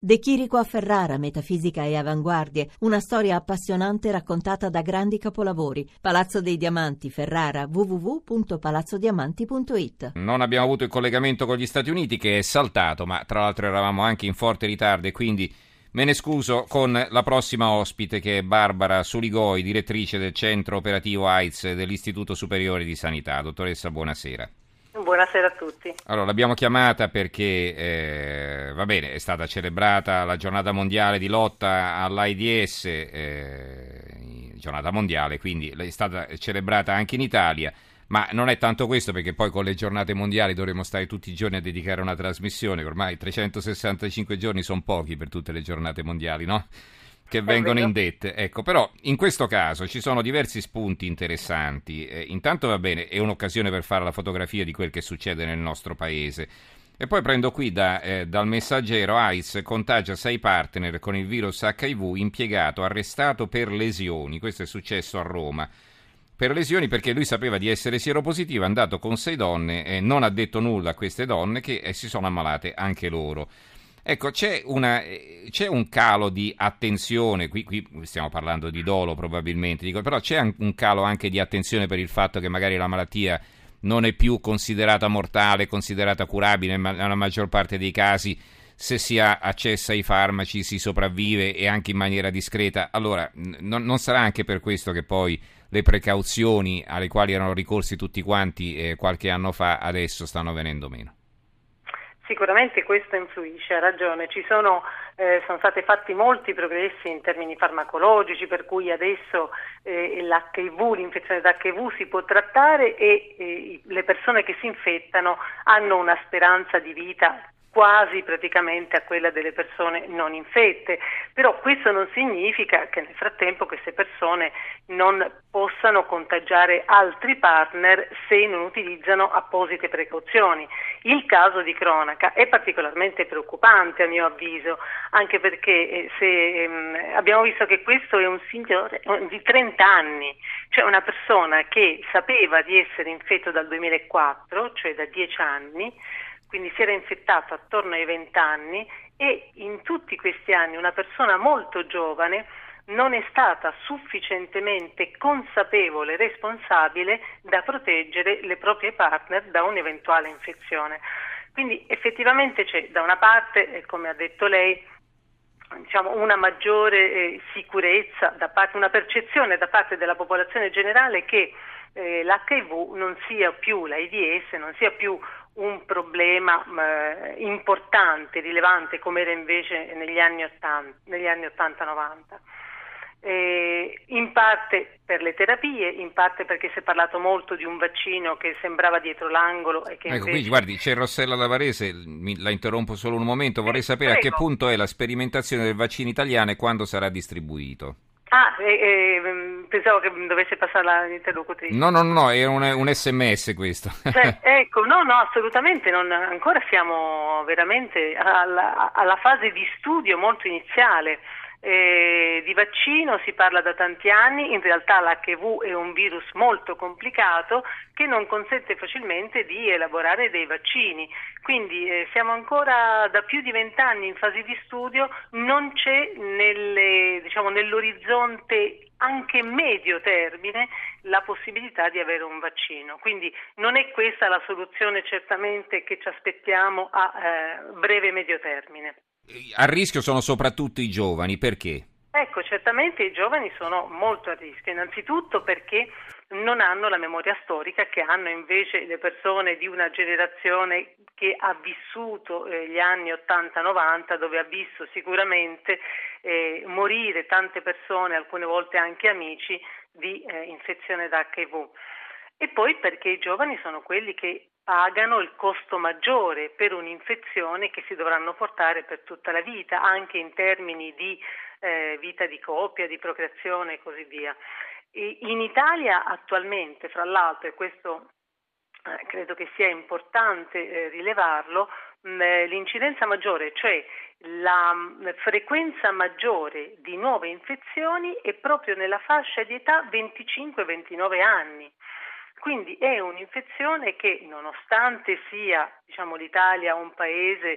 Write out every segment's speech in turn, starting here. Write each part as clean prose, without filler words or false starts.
De Chirico a Ferrara, metafisica e avanguardie, una storia appassionante raccontata da grandi capolavori. Palazzo dei Diamanti, Ferrara, www.palazzodiamanti.it. Non abbiamo avuto il collegamento con gli Stati Uniti, che è saltato, ma tra l'altro eravamo anche in forte ritardo e quindi me ne scuso con la prossima ospite, che è Barbara Suligoi, direttrice del Centro Operativo AIDS dell'Istituto Superiore di Sanità. Dottoressa, buonasera. Buonasera a tutti. Allora, l'abbiamo chiamata perché, va bene, è stata celebrata la giornata mondiale di lotta all'AIDS, giornata mondiale, quindi è stata celebrata anche in Italia, ma non è tanto questo, perché poi con le giornate mondiali dovremo stare tutti i giorni a dedicare una trasmissione, ormai 365 giorni sono pochi per tutte le giornate mondiali, no? Che vengono indette. Ecco, però in questo caso ci sono diversi spunti interessanti. Intanto, va bene, è un'occasione per fare la fotografia di quel che succede nel nostro paese. E poi prendo qui dal Messaggero: AIDS contagia 6 partner con il virus HIV, impiegato arrestato per lesioni. Questo è successo a Roma. Per lesioni perché lui sapeva di essere sieropositivo, è andato con 6 donne e non ha detto nulla a queste donne, che si sono ammalate anche loro. Ecco, c'è un calo di attenzione, qui stiamo parlando di dolo probabilmente, però c'è un calo anche di attenzione per il fatto che magari la malattia non è più considerata mortale, considerata curabile, ma nella maggior parte dei casi, se si ha accesso ai farmaci, si sopravvive e anche in maniera discreta. Allora, non sarà anche per questo che poi le precauzioni alle quali erano ricorsi tutti quanti qualche anno fa adesso stanno venendo meno? Sicuramente questo influisce, ha ragione. Sono stati fatti molti progressi in termini farmacologici, per cui adesso l'HIV, l'infezione d'HIV si può trattare e le persone che si infettano hanno una speranza di vita quasi praticamente a quella delle persone non infette, però questo non significa che nel frattempo queste persone non possano contagiare altri partner se non utilizzano apposite precauzioni. Il caso di cronaca è particolarmente preoccupante a mio avviso, anche perché abbiamo visto che questo è un signore di 30 anni, cioè una persona che sapeva di essere infetto dal 2004, cioè da 10 anni, quindi si era infettato attorno ai 20 anni e in tutti questi anni una persona molto giovane non è stata sufficientemente consapevole e responsabile da proteggere le proprie partner da un'eventuale infezione. Quindi effettivamente c'è da una parte, come ha detto lei, una maggiore sicurezza una percezione da parte della popolazione generale che l'HIV non sia più, l'AIDS non sia più un problema importante, rilevante, come era invece negli anni 80-90. In parte per le terapie, in parte perché si è parlato molto di un vaccino che sembrava dietro l'angolo e che ecco, invece... Qui guardi, c'è Rossella Lavarese, la interrompo solo un momento, vorrei sapere prego. a che punto è la sperimentazione del vaccino italiano e quando sarà distribuito. Pensavo che dovesse passare l'interlocutrice. No, è un SMS questo. Ecco, no, assolutamente, ancora siamo veramente alla fase di studio molto iniziale. Di vaccino si parla da tanti anni, in realtà l'HIV è un virus molto complicato che non consente facilmente di elaborare dei vaccini, quindi siamo ancora da più di 20 anni in fase di studio, non c'è nell'orizzonte anche medio termine la possibilità di avere un vaccino, quindi non è questa la soluzione certamente che ci aspettiamo a breve e medio termine. A rischio sono soprattutto i giovani, perché? Ecco, certamente i giovani sono molto a rischio, innanzitutto perché non hanno la memoria storica che hanno invece le persone di una generazione che ha vissuto gli anni 80-90, dove ha visto sicuramente morire tante persone, alcune volte anche amici, di infezione da HIV. E poi perché i giovani sono quelli che pagano il costo maggiore per un'infezione che si dovranno portare per tutta la vita, anche in termini di vita di coppia, di procreazione e così via. In Italia attualmente, fra l'altro, e questo credo che sia importante rilevarlo, l'incidenza maggiore, cioè la frequenza maggiore di nuove infezioni è proprio nella fascia di età 25-29 anni. Quindi è un'infezione che, nonostante sia l'Italia un paese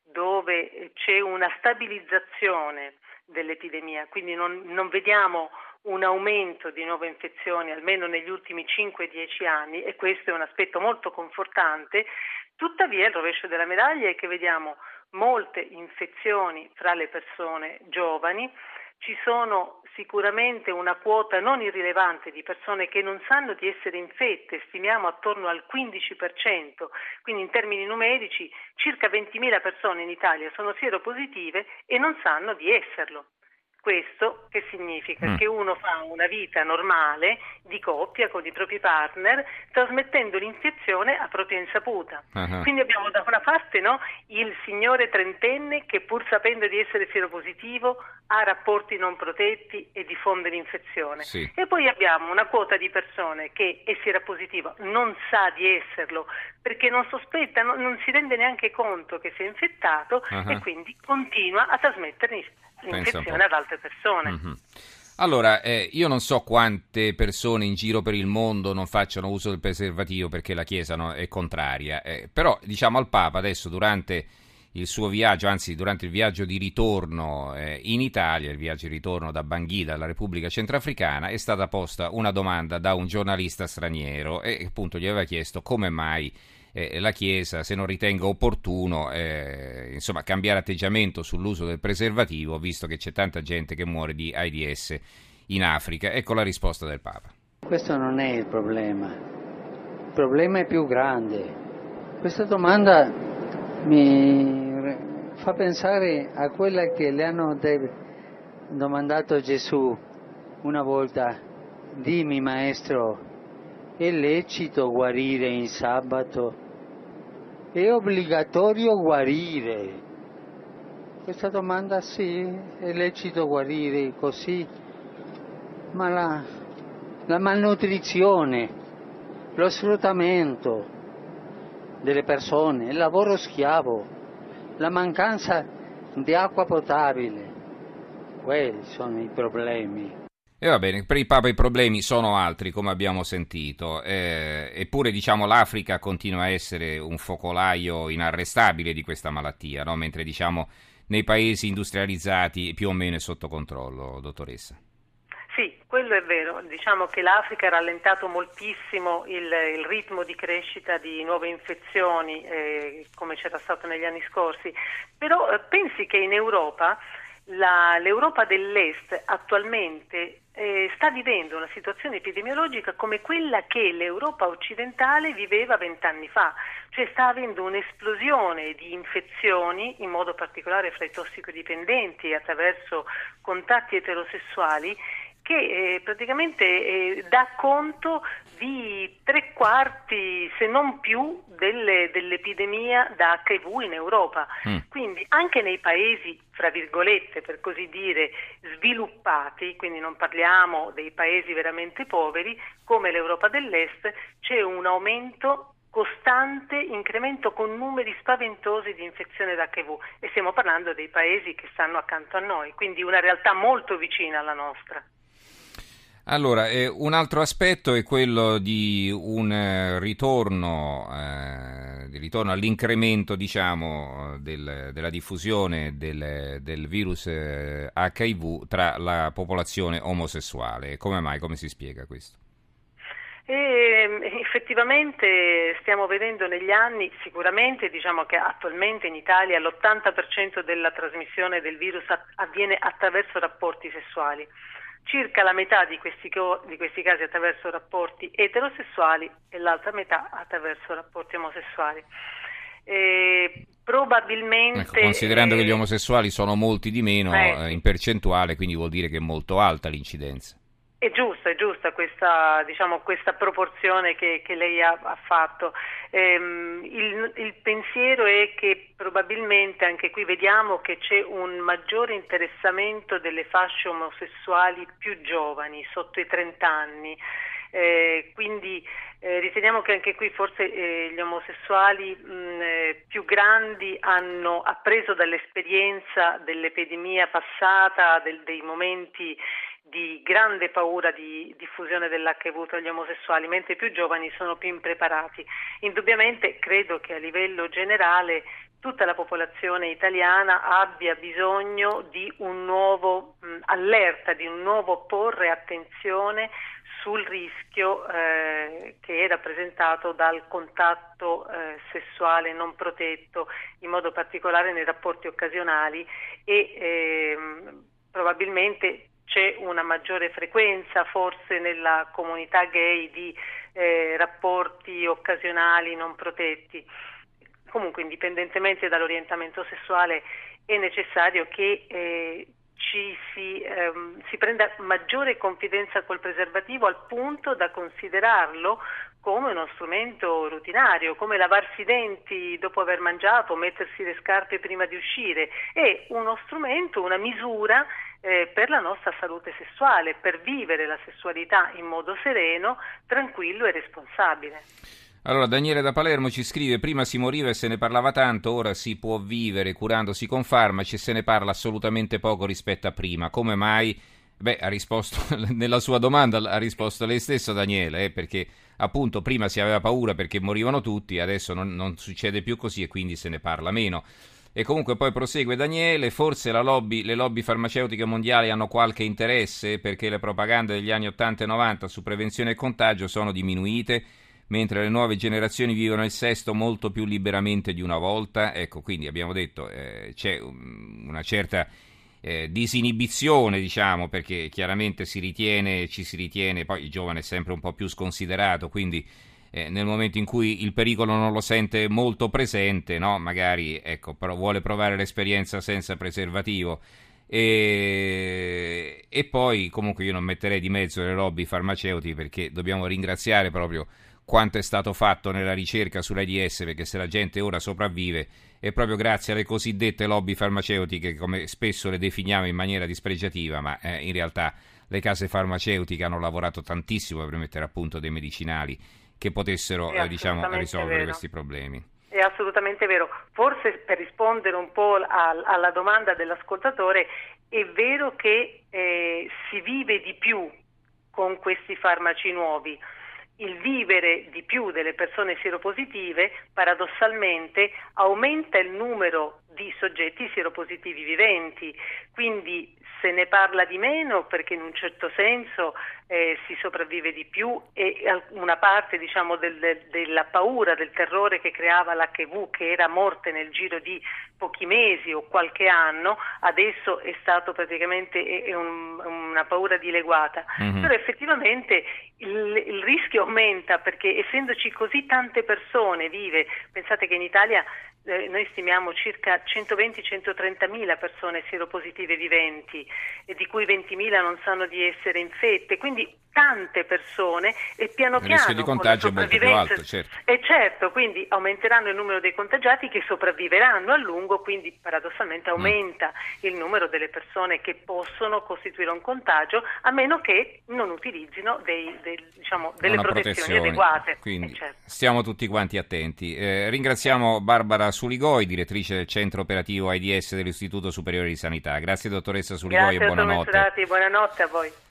dove c'è una stabilizzazione dell'epidemia, quindi non vediamo un aumento di nuove infezioni almeno negli ultimi 5-10 anni, e questo è un aspetto molto confortante. Tuttavia il rovescio della medaglia è che vediamo molte infezioni fra le persone giovani. Ci sono sicuramente una quota non irrilevante di persone che non sanno di essere infette, stimiamo attorno al 15%, quindi in termini numerici circa 20.000 persone in Italia sono sieropositive e non sanno di esserlo. Questo che significa? Che uno fa una vita normale di coppia con i propri partner, trasmettendo l'infezione a propria insaputa. Quindi abbiamo da una parte il signore trentenne che, pur sapendo di essere sieropositivo, ha rapporti non protetti e diffonde l'infezione. Sì. E poi abbiamo una quota di persone che è sieropositiva, non sa di esserlo perché non sospetta, non si rende neanche conto che si è infettato e quindi continua a trasmettere l'infezione ad altre persone. Allora, io non so quante persone in giro per il mondo non facciano uso del preservativo perché la Chiesa è contraria, però diciamo al Papa adesso durante il suo viaggio, anzi durante il viaggio di ritorno in Italia, il viaggio di ritorno da Bangui, dalla Repubblica Centrafricana, è stata posta una domanda da un giornalista straniero e appunto gli aveva chiesto come mai la Chiesa, se non ritenga opportuno insomma cambiare atteggiamento sull'uso del preservativo, visto che c'è tanta gente che muore di AIDS in Africa. Ecco la risposta del Papa. Questo non è il problema è più grande. Questa domanda mi fa pensare a quella che le hanno domandato a Gesù una volta: dimmi maestro, è lecito guarire in sabato? È obbligatorio guarire? Questa domanda sì, è lecito guarire così, ma la malnutrizione, lo sfruttamento delle persone, il lavoro schiavo, la mancanza di acqua potabile, quelli sono i problemi. E va bene, per il Papa i problemi sono altri, come abbiamo sentito, eppure diciamo l'Africa continua a essere un focolaio inarrestabile di questa malattia, no? Mentre diciamo nei paesi industrializzati più o meno è sotto controllo, dottoressa. Sì, quello è vero. Diciamo che l'Africa ha rallentato moltissimo il ritmo di crescita di nuove infezioni, come c'era stato negli anni scorsi, però pensi che in Europa l'Europa dell'Est attualmente sta vivendo una situazione epidemiologica come quella che l'Europa occidentale viveva 20 anni fa, cioè sta avendo un'esplosione di infezioni, in modo particolare fra i tossicodipendenti attraverso contatti eterosessuali, che praticamente dà conto di 3/4, se non più, dell'epidemia da HIV in Europa. Quindi anche nei paesi, fra virgolette, per così dire, sviluppati, quindi non parliamo dei paesi veramente poveri, come l'Europa dell'Est, c'è un aumento costante, incremento con numeri spaventosi di infezione da HIV, e stiamo parlando dei paesi che stanno accanto a noi, quindi una realtà molto vicina alla nostra. Allora, un altro aspetto è quello di un ritorno all'incremento, diciamo, della diffusione del virus HIV tra la popolazione omosessuale. Come mai? Come si spiega questo? Effettivamente stiamo vedendo negli anni, sicuramente diciamo che attualmente in Italia l'80% della trasmissione del virus avviene attraverso rapporti sessuali. Circa la metà di questi casi attraverso rapporti eterosessuali e l'altra metà attraverso rapporti omosessuali. Probabilmente, ecco, considerando che gli omosessuali sono molti di meno in percentuale, quindi vuol dire che è molto alta l'incidenza. È giusta questa proporzione che lei ha fatto. Il pensiero è che probabilmente anche qui vediamo che c'è un maggiore interessamento delle fasce omosessuali più giovani, sotto i 30 anni. Quindi riteniamo che anche qui forse gli omosessuali più grandi hanno appreso dall'esperienza dell'epidemia passata, dei momenti di grande paura di diffusione dell'HIV tra gli omosessuali, mentre i più giovani sono più impreparati. Indubbiamente credo che a livello generale tutta la popolazione italiana abbia bisogno di un nuovo allerta, di un nuovo porre attenzione sul rischio che è rappresentato dal contatto sessuale non protetto, in modo particolare nei rapporti occasionali, e probabilmente c'è una maggiore frequenza forse nella comunità gay di rapporti occasionali non protetti. Comunque, indipendentemente dall'orientamento sessuale, è necessario che si prenda maggiore confidenza col preservativo, al punto da considerarlo come uno strumento rutinario, come lavarsi i denti dopo aver mangiato, mettersi le scarpe prima di uscire. È uno strumento, una misura per la nostra salute sessuale, per vivere la sessualità in modo sereno, tranquillo e responsabile. Allora, Daniele da Palermo ci scrive: prima si moriva e se ne parlava tanto, ora si può vivere curandosi con farmaci e se ne parla assolutamente poco rispetto a prima. Come mai? Ha risposto, nella sua domanda ha risposto lei stesso, Daniele, perché appunto prima si aveva paura perché morivano tutti, adesso non succede più così e quindi se ne parla meno. E comunque poi prosegue Daniele: forse le lobby farmaceutiche mondiali hanno qualche interesse, perché le propagande degli anni 80 e 90 su prevenzione e contagio sono diminuite, mentre le nuove generazioni vivono il sesto molto più liberamente di una volta. Ecco, quindi abbiamo detto c'è una certa disinibizione, diciamo, perché chiaramente ci si ritiene, poi il giovane è sempre un po' più sconsiderato, quindi nel momento in cui il pericolo non lo sente molto presente, no? Magari però vuole provare l'esperienza senza preservativo. E poi comunque io non metterei di mezzo le lobby farmaceutiche, perché dobbiamo ringraziare proprio quanto è stato fatto nella ricerca sull'AIDS, perché se la gente ora sopravvive è proprio grazie alle cosiddette lobby farmaceutiche, come spesso le definiamo in maniera dispregiativa, ma in realtà le case farmaceutiche hanno lavorato tantissimo per mettere a punto dei medicinali che potessero risolvere questi problemi. È assolutamente vero. Forse, per rispondere un po' alla domanda dell'ascoltatore, è vero che si vive di più con questi farmaci nuovi. Il vivere di più delle persone sieropositive paradossalmente aumenta il numero di soggetti sieropositivi viventi, quindi se ne parla di meno perché in un certo senso si sopravvive di più, e una parte, diciamo, della paura, del terrore che creava l'HIV, che era morte nel giro di pochi mesi o qualche anno, adesso è stato praticamente una paura dileguata. Mm-hmm. Però effettivamente il rischio aumenta, perché essendoci così tante persone vive, pensate che in Italia noi stimiamo circa 120-130.000 persone sieropositive viventi, e di cui 20.000 non sanno di essere infette, quindi tante persone, e piano piano il rischio di contagio è molto più alto, certo. E certo, quindi aumenteranno il numero dei contagiati che sopravviveranno a lungo, quindi paradossalmente aumenta il numero delle persone che possono costituire un contagio, a meno che non utilizzino delle protezioni adeguate. Quindi certo. Stiamo tutti quanti attenti. Ringraziamo Barbara Suligoi, direttrice del centro operativo AIDS dell'Istituto Superiore di Sanità. Grazie dottoressa Suligoi e buonanotte. Buonanotte a voi.